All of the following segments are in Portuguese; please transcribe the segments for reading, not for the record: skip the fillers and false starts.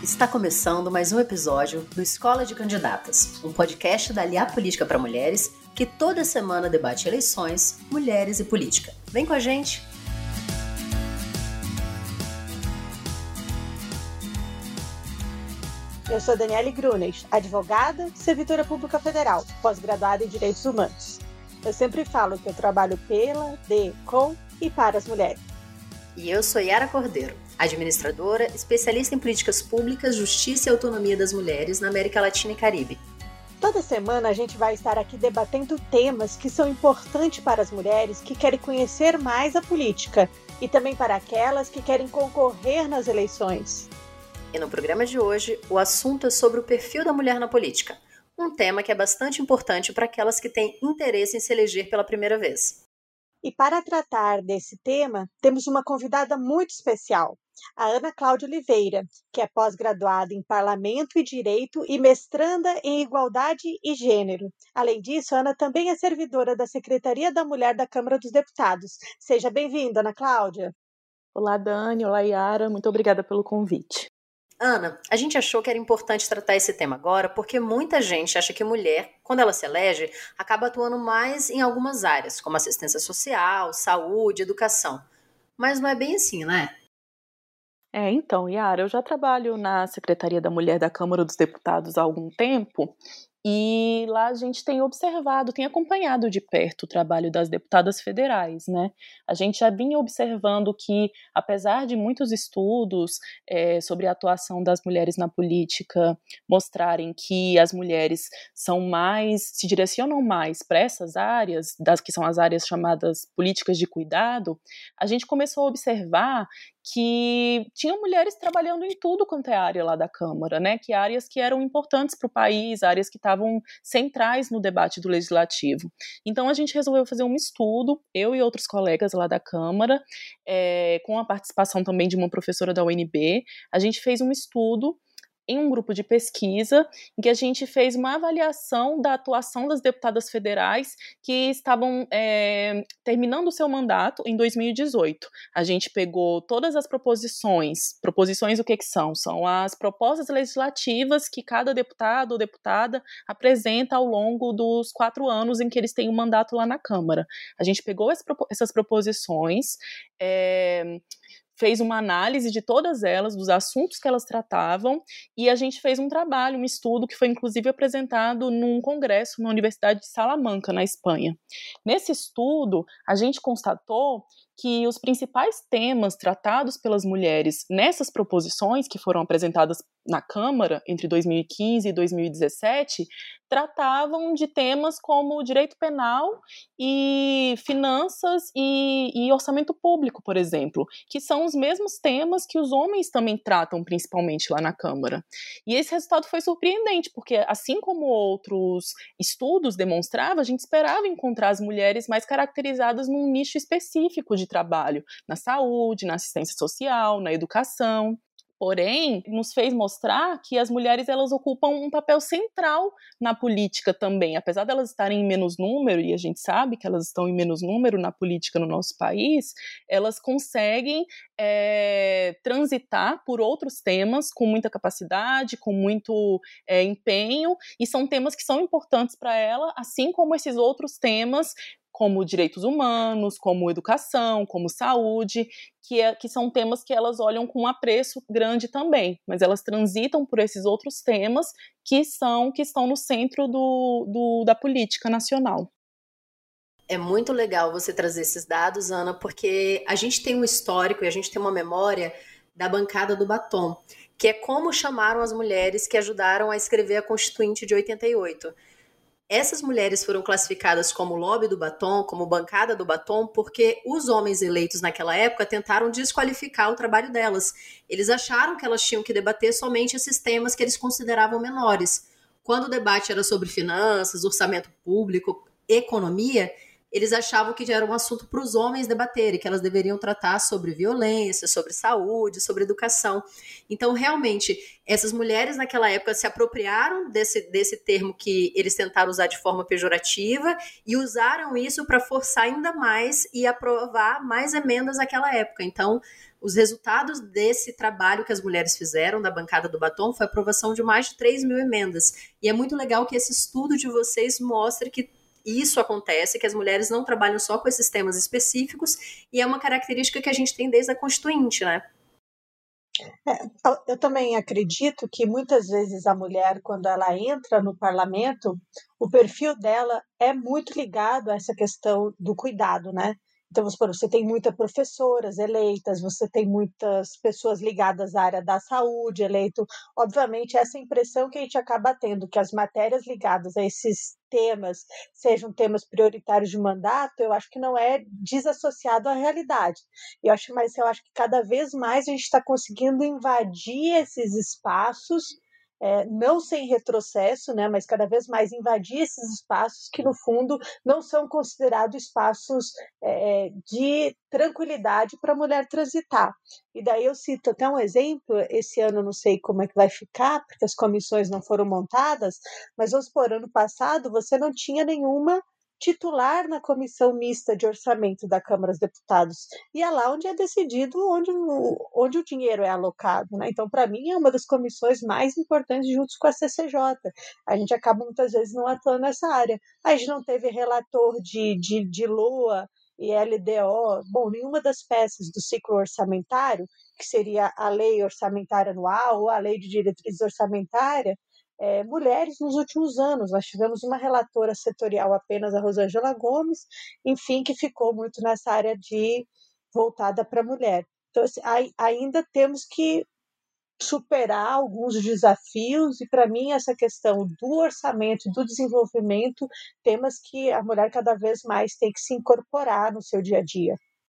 Está começando mais um episódio do Escola de Candidatas, um podcast da Aliar Política para Mulheres que toda semana debate eleições, mulheres e política. Vem com a gente! Eu sou Daniele Grunes, advogada, servidora pública federal, pós-graduada em Direitos Humanos. Eu sempre falo que eu trabalho pela, de, com e para as mulheres. E eu sou Yara Cordeiro, administradora, especialista em políticas públicas, justiça e autonomia das mulheres na América Latina e Caribe. Toda semana a gente vai estar aqui debatendo temas que são importantes para as mulheres que querem conhecer mais a política e também para aquelas que querem concorrer nas eleições. E no programa de hoje, o assunto é sobre o perfil da mulher na política, um tema que é bastante importante para aquelas que têm interesse em se eleger pela primeira vez. E para tratar desse tema, temos uma convidada muito especial, a Ana Cláudia Oliveira, que é pós-graduada em Parlamento e Direito e mestranda em Igualdade e Gênero. Além disso, a Ana também é servidora da Secretaria da Mulher da Câmara dos Deputados. Seja bem-vinda, Ana Cláudia. Olá, Dani. Olá, Yara. Muito obrigada pelo convite. Ana, a gente achou que era importante tratar esse tema agora porque muita gente acha que mulher, quando ela se elege, acaba atuando mais em algumas áreas, como assistência social, saúde, educação. Mas não é bem assim, né? Então, Yara, eu já trabalho na Secretaria da Mulher da Câmara dos Deputados há algum tempo e lá a gente tem observado, tem acompanhado de perto o trabalho das deputadas federais, né? A gente já vinha observando que, apesar de muitos estudos sobre a atuação das mulheres na política mostrarem que as mulheres se direcionam mais para essas áreas, que são as áreas chamadas políticas de cuidado, a gente começou a observar que tinham mulheres trabalhando em tudo quanto é área lá da Câmara, né? Que áreas que eram importantes para o país, áreas que estavam centrais no debate do Legislativo. Então a gente resolveu fazer um estudo, eu e outros colegas lá da Câmara, com a participação também de uma professora da UNB, a gente fez um estudo em um grupo de pesquisa, em que a gente fez uma avaliação da atuação das deputadas federais que estavam terminando o seu mandato em 2018. A gente pegou todas as proposições o que são? São as propostas legislativas que cada deputado ou deputada apresenta ao longo dos 4 anos em que eles têm um mandato lá na Câmara. A gente pegou essas proposições, fez uma análise de todas elas, dos assuntos que elas tratavam, e a gente fez um trabalho, um estudo que foi inclusive apresentado num congresso na Universidade de Salamanca, na Espanha. Nesse estudo, a gente constatou que os principais temas tratados pelas mulheres nessas proposições que foram apresentadas na Câmara entre 2015 e 2017 tratavam de temas como direito penal e finanças e orçamento público, por exemplo, que são os mesmos temas que os homens também tratam principalmente lá na Câmara. E esse resultado foi surpreendente, porque assim como outros estudos demonstravam, a gente esperava encontrar as mulheres mais caracterizadas num nicho específico de trabalho, na saúde, na assistência social, na educação. Porém, nos fez mostrar que as mulheres elas ocupam um papel central na política também, apesar de elas estarem em menos número, e a gente sabe que elas estão em menos número na política no nosso país, elas conseguem transitar por outros temas com muita capacidade, com muito empenho, e são temas que são importantes para ela, assim como esses outros temas como direitos humanos, como educação, como saúde, que são temas que elas olham com um apreço grande também, mas elas transitam por esses outros temas que estão no centro da política nacional. É muito legal você trazer esses dados, Ana, porque a gente tem um histórico e a gente tem uma memória da bancada do batom, que é como chamaram as mulheres que ajudaram a escrever a Constituinte de 88. Essas mulheres foram classificadas como lobby do batom, como bancada do batom, porque os homens eleitos naquela época tentaram desqualificar o trabalho delas. Eles acharam que elas tinham que debater somente esses temas que eles consideravam menores. Quando o debate era sobre finanças, orçamento público, economia, eles achavam que era um assunto para os homens debaterem, que elas deveriam tratar sobre violência, sobre saúde, sobre educação. Então, realmente, essas mulheres naquela época se apropriaram desse termo que eles tentaram usar de forma pejorativa e usaram isso para forçar ainda mais e aprovar mais emendas naquela época. Então, os resultados desse trabalho que as mulheres fizeram da bancada do batom foi a aprovação de mais de 3 mil emendas. E é muito legal que esse estudo de vocês mostre que isso acontece, que as mulheres não trabalham só com esses temas específicos, e é uma característica que a gente tem desde a Constituinte, né? Eu também acredito que muitas vezes a mulher, quando ela entra no parlamento, o perfil dela é muito ligado a essa questão do cuidado, né? Então, você tem muitas professoras eleitas, você tem muitas pessoas ligadas à área da saúde eleito. Obviamente, essa impressão que a gente acaba tendo, que as matérias ligadas a esses temas sejam temas prioritários de mandato, eu acho que não é desassociado à realidade. Mas eu acho que cada vez mais a gente está conseguindo invadir esses espaços, não sem retrocesso, né, mas cada vez mais invadir esses espaços que, no fundo, não são considerados espaços de tranquilidade para a mulher transitar. E daí eu cito até um exemplo, esse ano eu não sei como é que vai ficar, porque as comissões não foram montadas, mas vamos supor, ano passado você não tinha nenhuma titular na comissão mista de orçamento da Câmara dos Deputados, e é lá onde é decidido onde o dinheiro é alocado, né? Então, para mim, é uma das comissões mais importantes junto com a CCJ. A gente acaba muitas vezes não atuando nessa área. A gente não teve relator de LOA e LDO, bom, nenhuma das peças do ciclo orçamentário, que seria a lei orçamentária anual ou a lei de diretrizes orçamentárias, mulheres nos últimos anos. Nós tivemos uma relatora setorial apenas, a Rosângela Gomes, enfim, que ficou muito nessa área voltada para a mulher. Então, assim, ainda temos que superar alguns desafios, e para mim essa questão do orçamento e do desenvolvimento, temas que a mulher cada vez mais tem que se incorporar no seu dia a dia.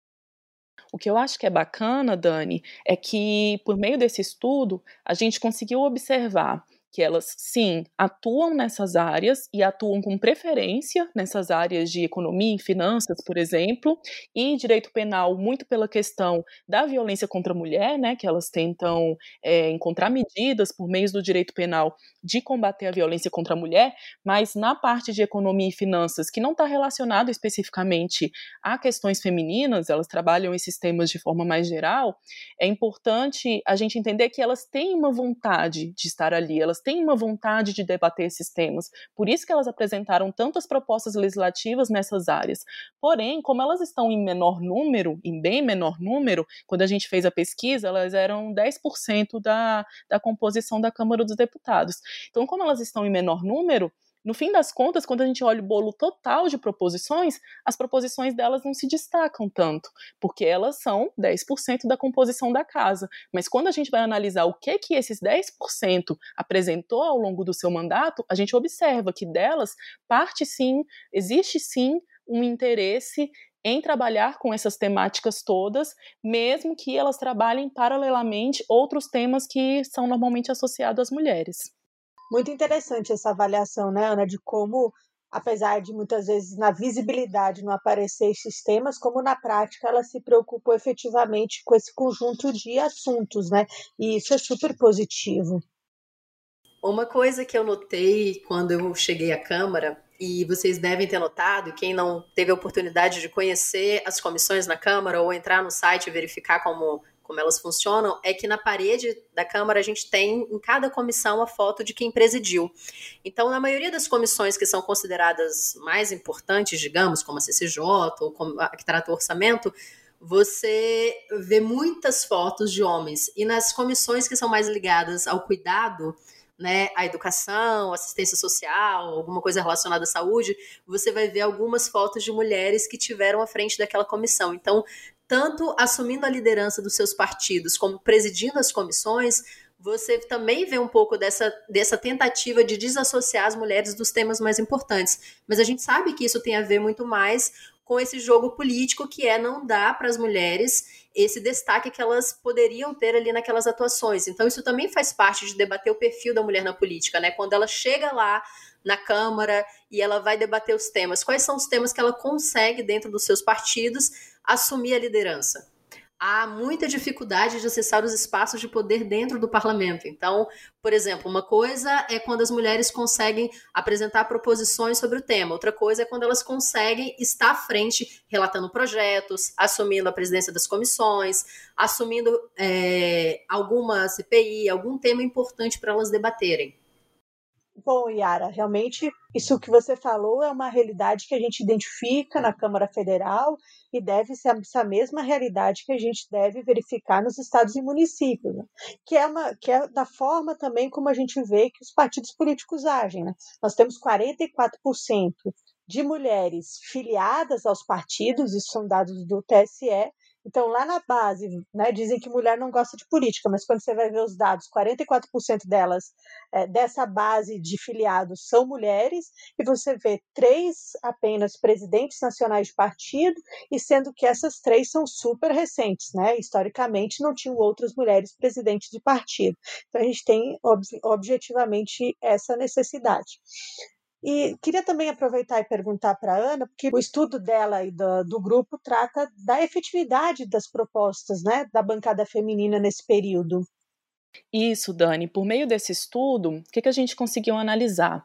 O que eu acho que é bacana, Dani, é que por meio desse estudo a gente conseguiu observar que elas, sim, atuam nessas áreas e atuam com preferência nessas áreas de economia e finanças, por exemplo, e direito penal muito pela questão da violência contra a mulher, né, que elas tentam encontrar medidas por meio do direito penal de combater a violência contra a mulher, mas na parte de economia e finanças, que não está relacionado especificamente a questões femininas, elas trabalham esses temas de forma mais geral, é importante a gente entender que elas têm uma vontade de estar ali, elas têm uma vontade de debater esses temas, por isso que elas apresentaram tantas propostas legislativas nessas áreas. Porém, como elas estão em menor número, em bem menor número, quando a gente fez a pesquisa, elas eram 10% da composição da Câmara dos Deputados. Então, como elas estão em menor número, no fim das contas, quando a gente olha o bolo total de proposições, as proposições delas não se destacam tanto, porque elas são 10% da composição da casa. Mas quando a gente vai analisar o que esses 10% apresentou ao longo do seu mandato, a gente observa que delas existe sim um interesse em trabalhar com essas temáticas todas, mesmo que elas trabalhem paralelamente outros temas que são normalmente associados às mulheres. Muito interessante essa avaliação, né, Ana, de como, apesar de muitas vezes na visibilidade não aparecer esses temas, como na prática ela se preocupou efetivamente com esse conjunto de assuntos, né? E isso é super positivo. Uma coisa que eu notei quando eu cheguei à Câmara, e vocês devem ter notado, quem não teve a oportunidade de conhecer as comissões na Câmara ou entrar no site e verificar como elas funcionam, é que na parede da Câmara a gente tem em cada comissão a foto de quem presidiu. Então, na maioria das comissões que são consideradas mais importantes, digamos, como a CCJ ou como a que trata o orçamento, você vê muitas fotos de homens. E nas comissões que são mais ligadas ao cuidado, né, a educação, assistência social, alguma coisa relacionada à saúde, você vai ver algumas fotos de mulheres que tiveram à frente daquela comissão. Então, tanto assumindo a liderança dos seus partidos, como presidindo as comissões, você também vê um pouco dessa tentativa de desassociar as mulheres dos temas mais importantes. Mas a gente sabe que isso tem a ver muito mais com esse jogo político que é não dar para as mulheres esse destaque que elas poderiam ter ali naquelas atuações. Então isso também faz parte de debater o perfil da mulher na política, né? Quando ela chega lá na Câmara e ela vai debater os temas, quais são os temas que ela consegue, dentro dos seus partidos, assumir a liderança? Há muita dificuldade de acessar os espaços de poder dentro do parlamento. Então, por exemplo, uma coisa é quando as mulheres conseguem apresentar proposições sobre o tema, outra coisa é quando elas conseguem estar à frente, relatando projetos, assumindo a presidência das comissões, assumindo alguma CPI, algum tema importante para elas debaterem. Bom, Yara, realmente isso que você falou é uma realidade que a gente identifica na Câmara Federal e deve ser essa mesma realidade que a gente deve verificar nos estados e municípios, né? que é da forma também como a gente vê que os partidos políticos agem. Né? Nós temos 44% de mulheres filiadas aos partidos, isso são dados do TSE. Então, lá na base, né, dizem que mulher não gosta de política, mas quando você vai ver os dados, 44% delas, dessa base de filiados, são mulheres, e você vê 3 apenas presidentes nacionais de partido, e sendo que essas 3 são super recentes, né? Historicamente, não tinham outras mulheres presidentes de partido. Então, a gente tem objetivamente essa necessidade. E queria também aproveitar e perguntar para a Ana, porque o estudo dela e do grupo trata da efetividade das propostas, né, da bancada feminina nesse período. Isso, Dani. Por meio desse estudo, o que a gente conseguiu analisar?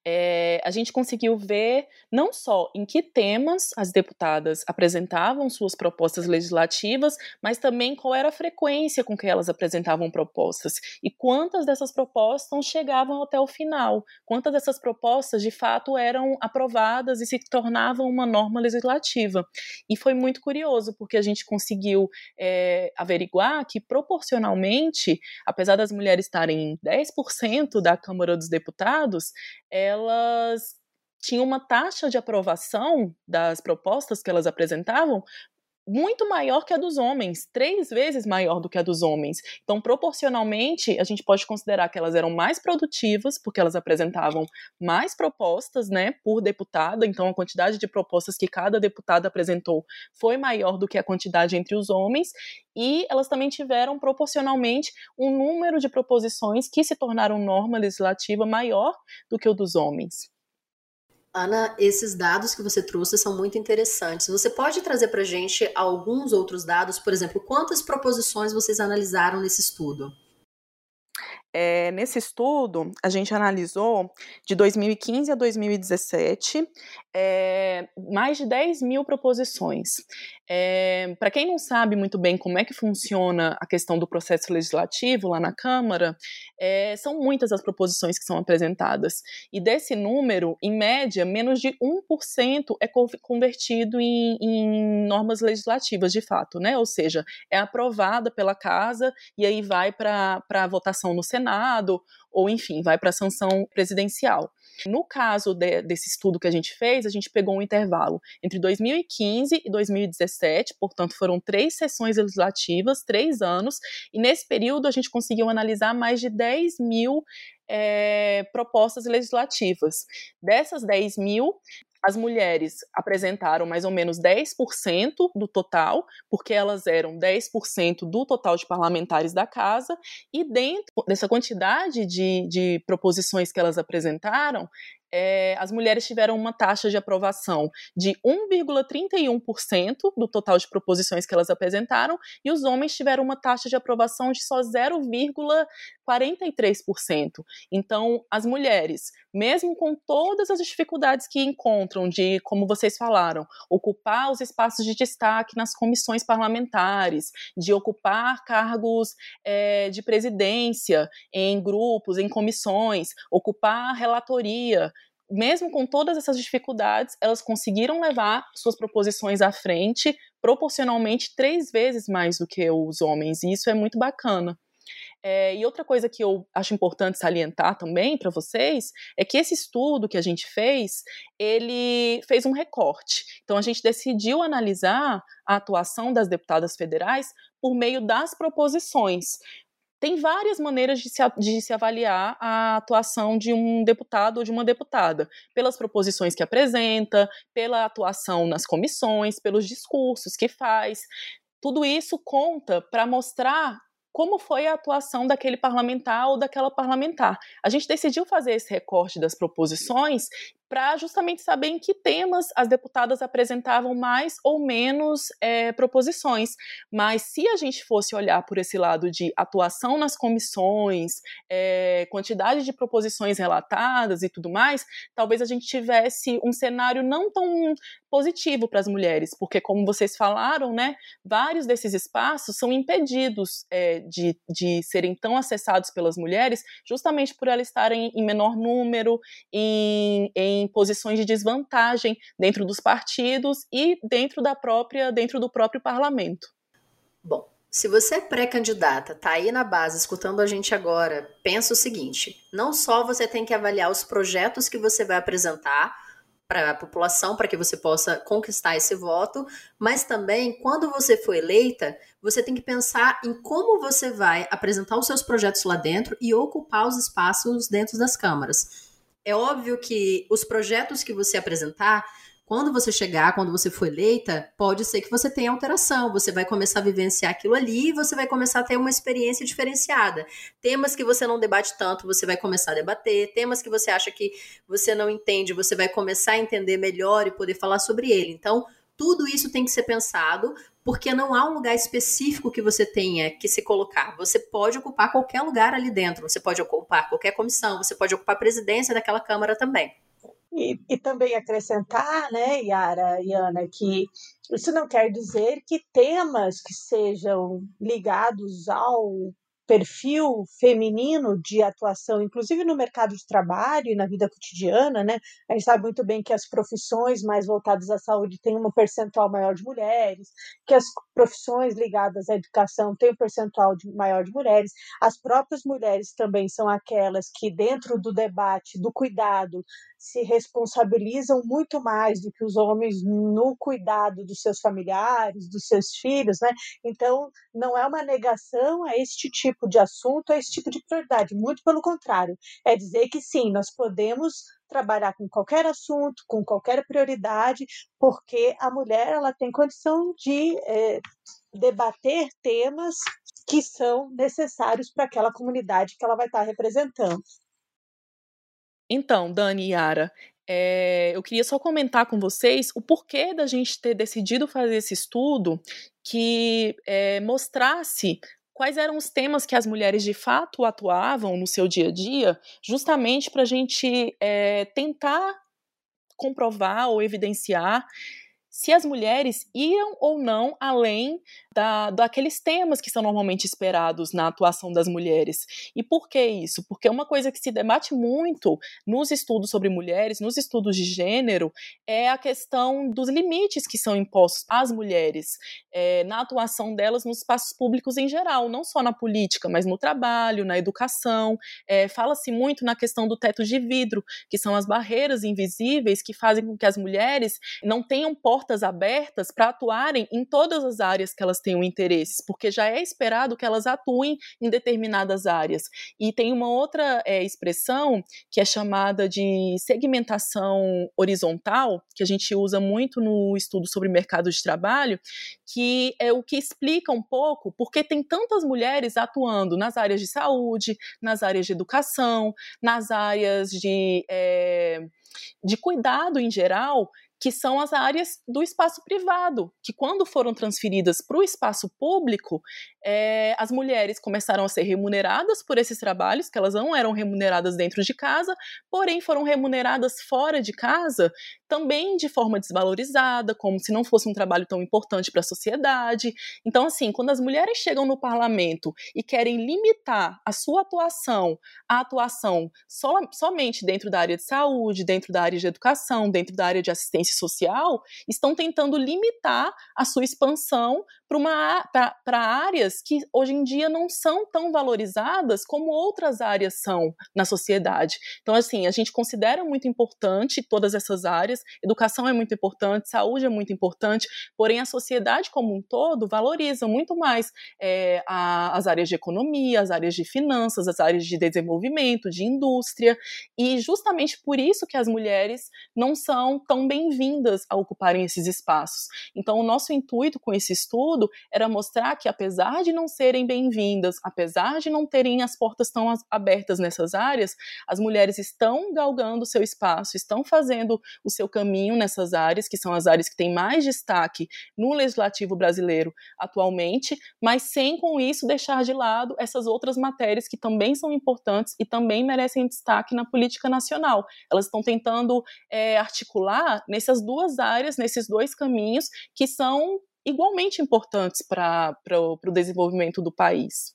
A gente conseguiu ver não só em que temas as deputadas apresentavam suas propostas legislativas, mas também qual era a frequência com que elas apresentavam propostas e quantas dessas propostas chegavam até o final, quantas dessas propostas de fato eram aprovadas e se tornavam uma norma legislativa. E foi muito curioso, porque a gente conseguiu averiguar que proporcionalmente, apesar das mulheres estarem em 10% da Câmara dos Deputados, elas tinham uma taxa de aprovação das propostas que elas apresentavam muito maior que a dos homens, 3 vezes maior do que a dos homens. Então, proporcionalmente, a gente pode considerar que elas eram mais produtivas, porque elas apresentavam mais propostas, né, por deputada. Então, a quantidade de propostas que cada deputada apresentou foi maior do que a quantidade entre os homens, e elas também tiveram, proporcionalmente, um número de proposições que se tornaram norma legislativa maior do que o dos homens. Ana, esses dados que você trouxe são muito interessantes. Você pode trazer para a gente alguns outros dados? Por exemplo, quantas proposições vocês analisaram nesse estudo? Nesse estudo, a gente analisou de 2015 a 2017 mais de 10 mil proposições. Para quem não sabe muito bem como é que funciona a questão do processo legislativo lá na Câmara, são muitas as proposições que são apresentadas. E desse número, em média, menos de 1% é convertido em normas legislativas, de fato, né? Ou seja, é aprovada pela Casa e aí vai para a votação no Senado, ou enfim, vai para a sanção presidencial. No caso desse estudo que a gente fez, a gente pegou um intervalo entre 2015 e 2017, portanto foram 3 sessões legislativas, 3 anos, e nesse período a gente conseguiu analisar mais de 10 mil propostas legislativas. Dessas 10 mil, as mulheres apresentaram mais ou menos 10% do total, porque elas eram 10% do total de parlamentares da casa, e dentro dessa quantidade de proposições que elas apresentaram, as mulheres tiveram uma taxa de aprovação de 1,31% do total de proposições que elas apresentaram, e os homens tiveram uma taxa de aprovação de só 0,43%. Então, as mulheres, mesmo com todas as dificuldades que encontram de, como vocês falaram, ocupar os espaços de destaque nas comissões parlamentares, de ocupar cargos de presidência em grupos, em comissões, ocupar relatoria, mesmo com todas essas dificuldades, elas conseguiram levar suas proposições à frente, proporcionalmente 3 vezes mais do que os homens, e isso é muito bacana. E outra coisa que eu acho importante salientar também para vocês é que esse estudo que a gente fez, ele fez um recorte. Então, a gente decidiu analisar a atuação das deputadas federais por meio das proposições. Tem várias maneiras de se avaliar a atuação de um deputado ou de uma deputada, pelas proposições que apresenta, pela atuação nas comissões, pelos discursos que faz. Tudo isso conta para mostrar como foi a atuação daquele parlamentar ou daquela parlamentar. A gente decidiu fazer esse recorte das proposições para justamente saber em que temas as deputadas apresentavam mais ou menos proposições. Mas se a gente fosse olhar por esse lado de atuação nas comissões, quantidade de proposições relatadas e tudo mais, talvez a gente tivesse um cenário não tão positivo para as mulheres, porque, como vocês falaram, né, vários desses espaços são impedidos de serem tão acessados pelas mulheres, justamente por elas estarem em menor número, em posições de desvantagem dentro dos partidos e dentro do próprio parlamento. Bom, se você é pré-candidata, tá aí na base escutando a gente agora, pensa o seguinte: não só você tem que avaliar os projetos que você vai apresentar para a população, para que você possa conquistar esse voto, mas também, quando você for eleita, você tem que pensar em como você vai apresentar os seus projetos lá dentro e ocupar os espaços dentro das câmaras. É óbvio que os projetos que você apresentar, quando você chegar, quando você for eleita, pode ser que você tenha alteração, você vai começar a vivenciar aquilo ali e você vai começar a ter uma experiência diferenciada. Temas que você não debate tanto, você vai começar a debater. Temas que você acha que você não entende, você vai começar a entender melhor e poder falar sobre ele. Então, tudo isso tem que ser pensado, porque não há um lugar específico que você tenha que se colocar. Você pode ocupar qualquer lugar ali dentro, você pode ocupar qualquer comissão, você pode ocupar a presidência daquela Câmara também. E também acrescentar, né, Yara e Ana, que isso não quer dizer que temas que sejam ligados ao perfil feminino de atuação, inclusive no mercado de trabalho e na vida cotidiana, né? A gente sabe muito bem que as profissões mais voltadas à saúde têm um percentual maior de mulheres, que as profissões ligadas à educação têm um percentual maior de mulheres. As próprias mulheres também são aquelas que, dentro do debate, do cuidado, se responsabilizam muito mais do que os homens no cuidado dos seus familiares, dos seus filhos, né? Então, não é uma negação a este tipo de assunto, a esse tipo de prioridade, muito pelo contrário, é dizer que sim, nós podemos trabalhar com qualquer assunto, com qualquer prioridade, porque a mulher ela tem condição de debater temas que são necessários para aquela comunidade que ela vai estar representando. Então, Dani e Yara, eu queria só comentar com vocês o porquê da gente ter decidido fazer esse estudo que mostrasse quais eram os temas que as mulheres de fato atuavam no seu dia a dia, justamente para a gente tentar comprovar ou evidenciar se as mulheres iam ou não além daqueles temas que são normalmente esperados na atuação das mulheres. E por que isso? Porque uma coisa que se debate muito nos estudos sobre mulheres, nos estudos de gênero, é a questão dos limites que são impostos às mulheres na atuação delas nos espaços públicos em geral, não só na política, mas no trabalho, na educação. Fala-se muito na questão do teto de vidro, que são as barreiras invisíveis que fazem com que as mulheres não tenham portas abertas para atuarem em todas as áreas que elas tenham interesses, porque já é esperado que elas atuem em determinadas áreas. E tem uma outra expressão que é chamada de segmentação horizontal, que a gente usa muito no estudo sobre mercado de trabalho, que é o que explica um pouco porque tem tantas mulheres atuando nas áreas de saúde, nas áreas de educação, nas áreas de cuidado em geral, que são as áreas do espaço privado, que quando foram transferidas para o espaço público, as mulheres começaram a ser remuneradas por esses trabalhos, que elas não eram remuneradas dentro de casa, porém foram remuneradas fora de casa, também de forma desvalorizada, como se não fosse um trabalho tão importante para a sociedade. Então, assim, quando as mulheres chegam no parlamento e querem limitar a sua atuação, a atuação somente dentro da área de saúde, dentro da área de educação, dentro da área de assistência social, estão tentando limitar a sua expansão para áreas que hoje em dia não são tão valorizadas como outras áreas são na sociedade. Então, assim, a gente considera muito importante todas essas áreas, educação é muito importante, saúde é muito importante, porém a sociedade como um todo valoriza muito mais as áreas de economia, as áreas de finanças, as áreas de desenvolvimento, de indústria, e justamente por isso que as mulheres não são tão bem-vindas a ocuparem esses espaços. Então, o nosso intuito com esse estudo era mostrar que, apesar de não serem bem-vindas, apesar de não terem as portas tão abertas nessas áreas, as mulheres estão galgando o seu espaço, estão fazendo o seu caminho nessas áreas, que são as áreas que têm mais destaque no legislativo brasileiro atualmente, mas sem, com isso, deixar de lado essas outras matérias que também são importantes e também merecem destaque na política nacional. Elas estão tentando articular nessas duas áreas, nesses dois caminhos, que são igualmente importantes para o desenvolvimento do país.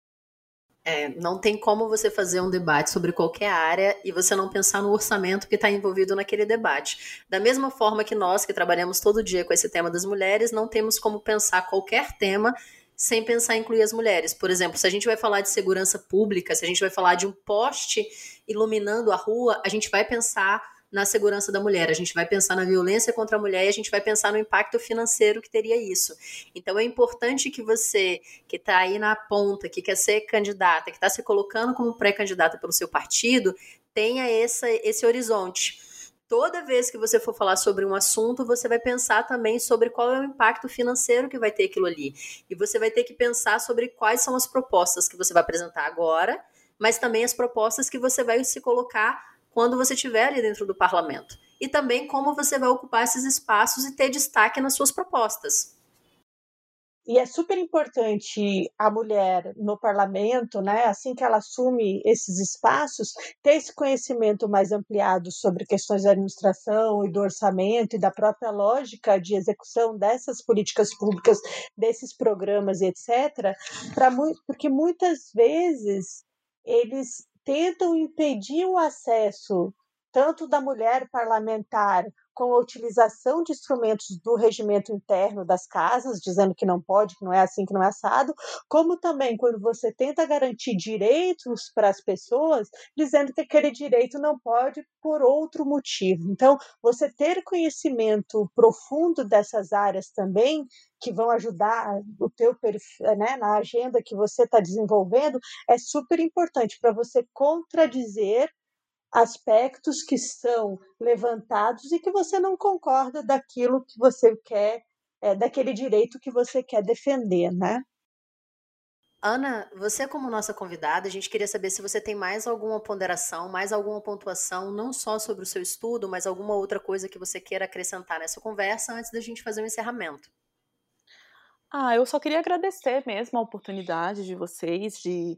Não tem como você fazer um debate sobre qualquer área e você não pensar no orçamento que está envolvido naquele debate. Da mesma forma que nós, que trabalhamos todo dia com esse tema das mulheres, não temos como pensar qualquer tema sem pensar em incluir as mulheres. Por exemplo, se a gente vai falar de segurança pública, se a gente vai falar de um poste iluminando a rua, a gente vai pensar na segurança da mulher, a gente vai pensar na violência contra a mulher e a gente vai pensar no impacto financeiro que teria isso. Então é importante que você, que está aí na ponta, que quer ser candidata, que está se colocando como pré-candidata pelo seu partido, tenha esse horizonte. Toda vez que você for falar sobre um assunto, você vai pensar também sobre qual é o impacto financeiro que vai ter aquilo ali. E você vai ter que pensar sobre quais são as propostas que você vai apresentar agora, mas também as propostas que você vai se colocar quando você estiver ali dentro do parlamento. E também como você vai ocupar esses espaços e ter destaque nas suas propostas. E é super importante a mulher no parlamento, né, assim que ela assume esses espaços, ter esse conhecimento mais ampliado sobre questões da administração e do orçamento e da própria lógica de execução dessas políticas públicas, desses programas, etc., porque muitas vezes eles tentam impedir o acesso tanto da mulher parlamentar com a utilização de instrumentos do regimento interno das casas, dizendo que não pode, que não é assim, que não é assado, como também quando você tenta garantir direitos para as pessoas, dizendo que aquele direito não pode por outro motivo. Então, você ter conhecimento profundo dessas áreas também, que vão ajudar o teu perfil, né, na agenda que você está desenvolvendo, é super importante para você contradizer aspectos que são levantados e que você não concorda daquilo que você quer, daquele direito que você quer defender, né? Ana, você como nossa convidada, a gente queria saber se você tem mais alguma ponderação, mais alguma pontuação, não só sobre o seu estudo, mas alguma outra coisa que você queira acrescentar nessa conversa antes da gente fazer um encerramento. Eu só queria agradecer mesmo a oportunidade de vocês de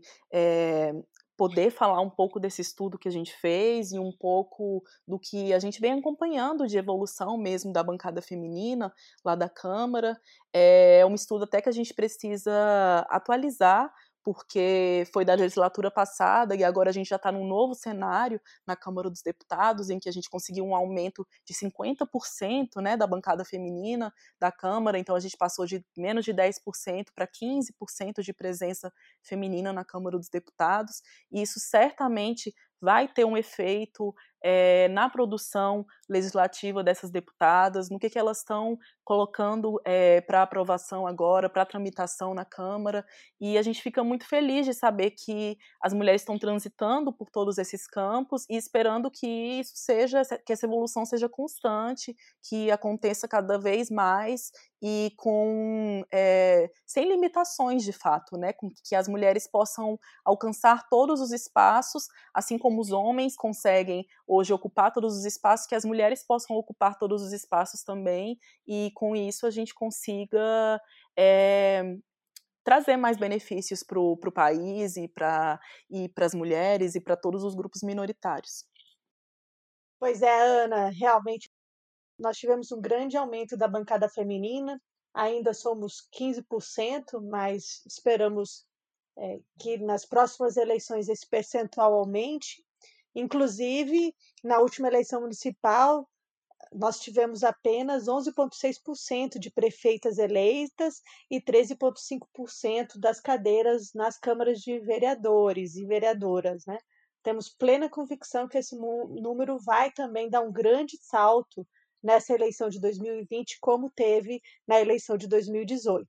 poder falar um pouco desse estudo que a gente fez e um pouco do que a gente vem acompanhando de evolução mesmo da bancada feminina lá da Câmara. É um estudo até que a gente precisa atualizar, porque foi da legislatura passada e agora a gente já está num novo cenário na Câmara dos Deputados, em que a gente conseguiu um aumento de 50%, né, da bancada feminina da Câmara, então a gente passou de menos de 10% para 15% de presença feminina na Câmara dos Deputados, e isso certamente vai ter um efeito na produção legislativa dessas deputadas, no que elas estão colocando para aprovação agora, para tramitação na Câmara, e a gente fica muito feliz de saber que as mulheres estão transitando por todos esses campos e esperando que que essa evolução seja constante, que aconteça cada vez mais e sem limitações de fato, né, com que as mulheres possam alcançar todos os espaços, assim como os homens conseguem hoje ocupar todos os espaços, que as mulheres possam ocupar todos os espaços também, e com isso a gente consiga trazer mais benefícios para o país e para as mulheres e para todos os grupos minoritários. Pois é, Ana, realmente nós tivemos um grande aumento da bancada feminina, ainda somos 15%, mas esperamos que nas próximas eleições esse percentual aumente. Inclusive, na última eleição municipal, nós tivemos apenas 11,6% de prefeitas eleitas e 13,5% das cadeiras nas câmaras de vereadores e vereadoras, né? Temos plena convicção que esse número vai também dar um grande salto nessa eleição de 2020, como teve na eleição de 2018.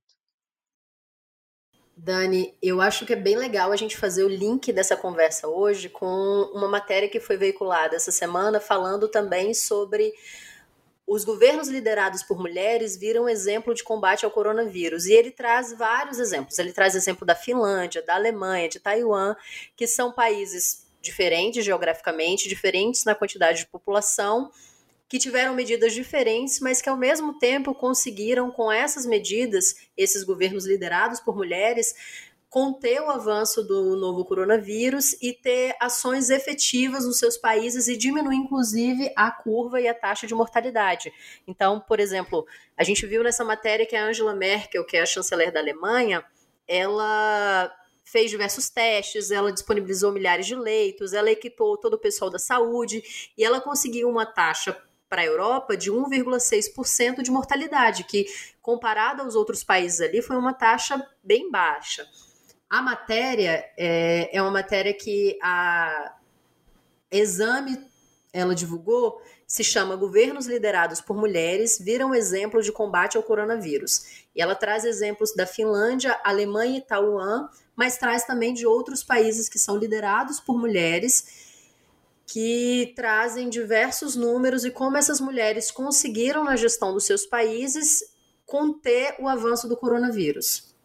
Dani, eu acho que é bem legal a gente fazer o link dessa conversa hoje com uma matéria que foi veiculada essa semana falando também sobre os governos liderados por mulheres viram exemplo de combate ao coronavírus. E ele traz vários exemplos. Ele traz exemplo da Finlândia, da Alemanha, de Taiwan, que são países diferentes geograficamente, diferentes na quantidade de população, que tiveram medidas diferentes, mas que ao mesmo tempo conseguiram, com essas medidas, esses governos liderados por mulheres, conter o avanço do novo coronavírus e ter ações efetivas nos seus países e diminuir, inclusive, a curva e a taxa de mortalidade. Então, por exemplo, a gente viu nessa matéria que a Angela Merkel, que é a chanceler da Alemanha, ela fez diversos testes, ela disponibilizou milhares de leitos, ela equipou todo o pessoal da saúde e ela conseguiu uma taxa para a Europa de 1,6% de mortalidade, que comparado aos outros países ali foi uma taxa bem baixa. A matéria é uma matéria que a Exame ela divulgou, se chama Governos Liderados por Mulheres viram exemplo de combate ao coronavírus. E ela traz exemplos da Finlândia, Alemanha e Taiwan, mas traz também de outros países que são liderados por mulheres, que trazem diversos números e como essas mulheres conseguiram, na gestão dos seus países, conter o avanço do coronavírus.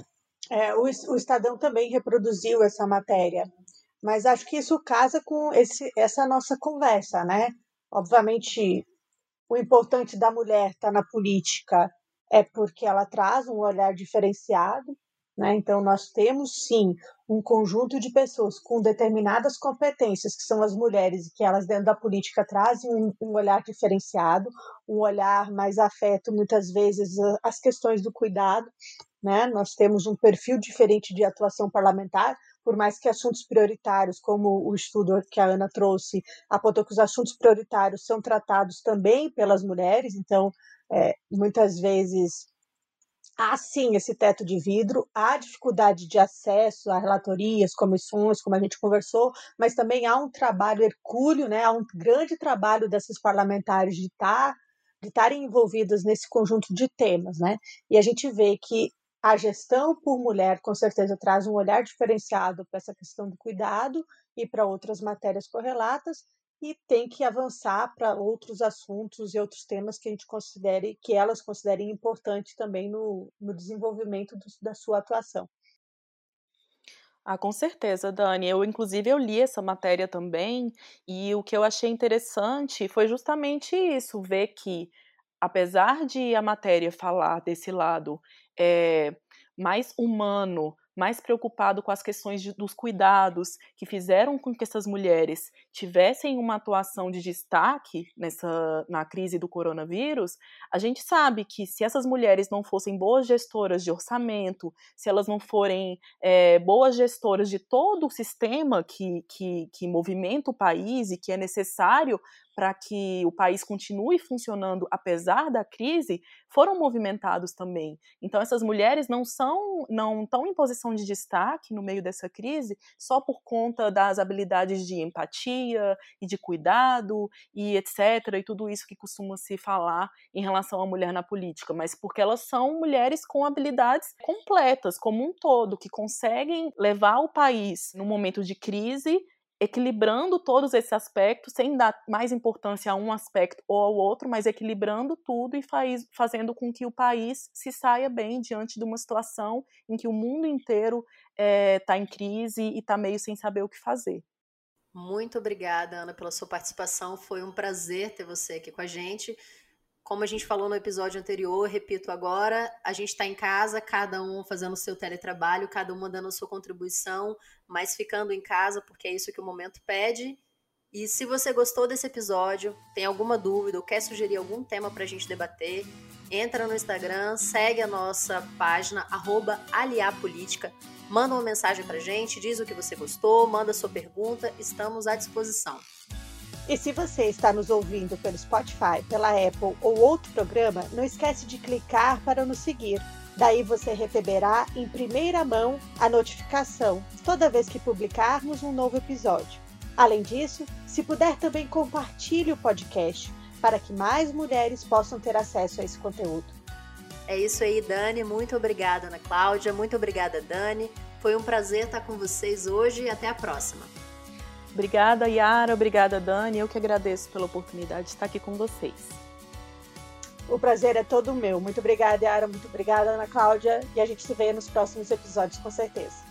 O Estadão também reproduziu essa matéria, mas acho que isso casa com essa nossa conversa, né? Obviamente, o importante da mulher estar na política é porque ela traz um olhar diferenciado, né? Então, nós temos, sim, um conjunto de pessoas com determinadas competências, que são as mulheres, e que elas, dentro da política, trazem um olhar diferenciado, um olhar mais afeto, muitas vezes, as questões do cuidado, né? Nós temos um perfil diferente de atuação parlamentar, por mais que assuntos prioritários, como o estudo que a Ana trouxe, apontou que os assuntos prioritários são tratados também pelas mulheres, então, muitas vezes, há sim esse teto de vidro, há dificuldade de acesso a relatorias, comissões, como a gente conversou, mas também há um trabalho hercúleo, né? Há um grande trabalho desses parlamentares de estarem envolvidas nesse conjunto de temas, né? E a gente vê que a gestão por mulher, com certeza, traz um olhar diferenciado para essa questão do cuidado e para outras matérias correlatas, e tem que avançar para outros assuntos e outros temas que a gente considere, que elas considerem importante também no desenvolvimento da sua atuação. Com certeza, Dani. Inclusive, eu li essa matéria também, e o que eu achei interessante foi justamente isso, ver que, apesar de a matéria falar desse lado mais humano, mais preocupado com as questões dos cuidados, que fizeram com que essas mulheres tivessem uma atuação de destaque na crise do coronavírus, a gente sabe que se essas mulheres não fossem boas gestoras de orçamento, se elas não forem boas gestoras de todo o sistema que movimenta o país e que é necessário para que o país continue funcionando apesar da crise, foram movimentados também. Então, essas mulheres não estão em posição de destaque no meio dessa crise só por conta das habilidades de empatia e de cuidado e etc., e tudo isso que costuma se falar em relação à mulher na política, mas porque elas são mulheres com habilidades completas, como um todo, que conseguem levar o país no momento de crise, equilibrando todos esses aspectos, sem dar mais importância a um aspecto ou ao outro, mas equilibrando tudo e fazendo com que o país se saia bem diante de uma situação em que o mundo inteiro está em crise e está meio sem saber o que fazer. Muito obrigada, Ana, pela sua participação. Foi um prazer ter você aqui com a gente. Como a gente falou no episódio anterior, repito agora, a gente está em casa, cada um fazendo o seu teletrabalho, cada uma dando a sua contribuição, mas ficando em casa porque é isso que o momento pede. E se você gostou desse episódio, tem alguma dúvida ou quer sugerir algum tema para a gente debater, entra no Instagram, segue a nossa página, @aliapolítica, manda uma mensagem para a gente, diz o que você gostou, manda sua pergunta, estamos à disposição. E se você está nos ouvindo pelo Spotify, pela Apple ou outro programa, não esquece de clicar para nos seguir. Daí você receberá em primeira mão a notificação toda vez que publicarmos um novo episódio. Além disso, se puder também compartilhe o podcast para que mais mulheres possam ter acesso a esse conteúdo. É isso aí, Dani. Muito obrigada, Ana Cláudia. Muito obrigada, Dani. Foi um prazer estar com vocês hoje e até a próxima. Obrigada, Yara. Obrigada, Dani. Eu que agradeço pela oportunidade de estar aqui com vocês. O prazer é todo meu. Muito obrigada, Yara. Muito obrigada, Ana Cláudia. E a gente se vê nos próximos episódios, com certeza.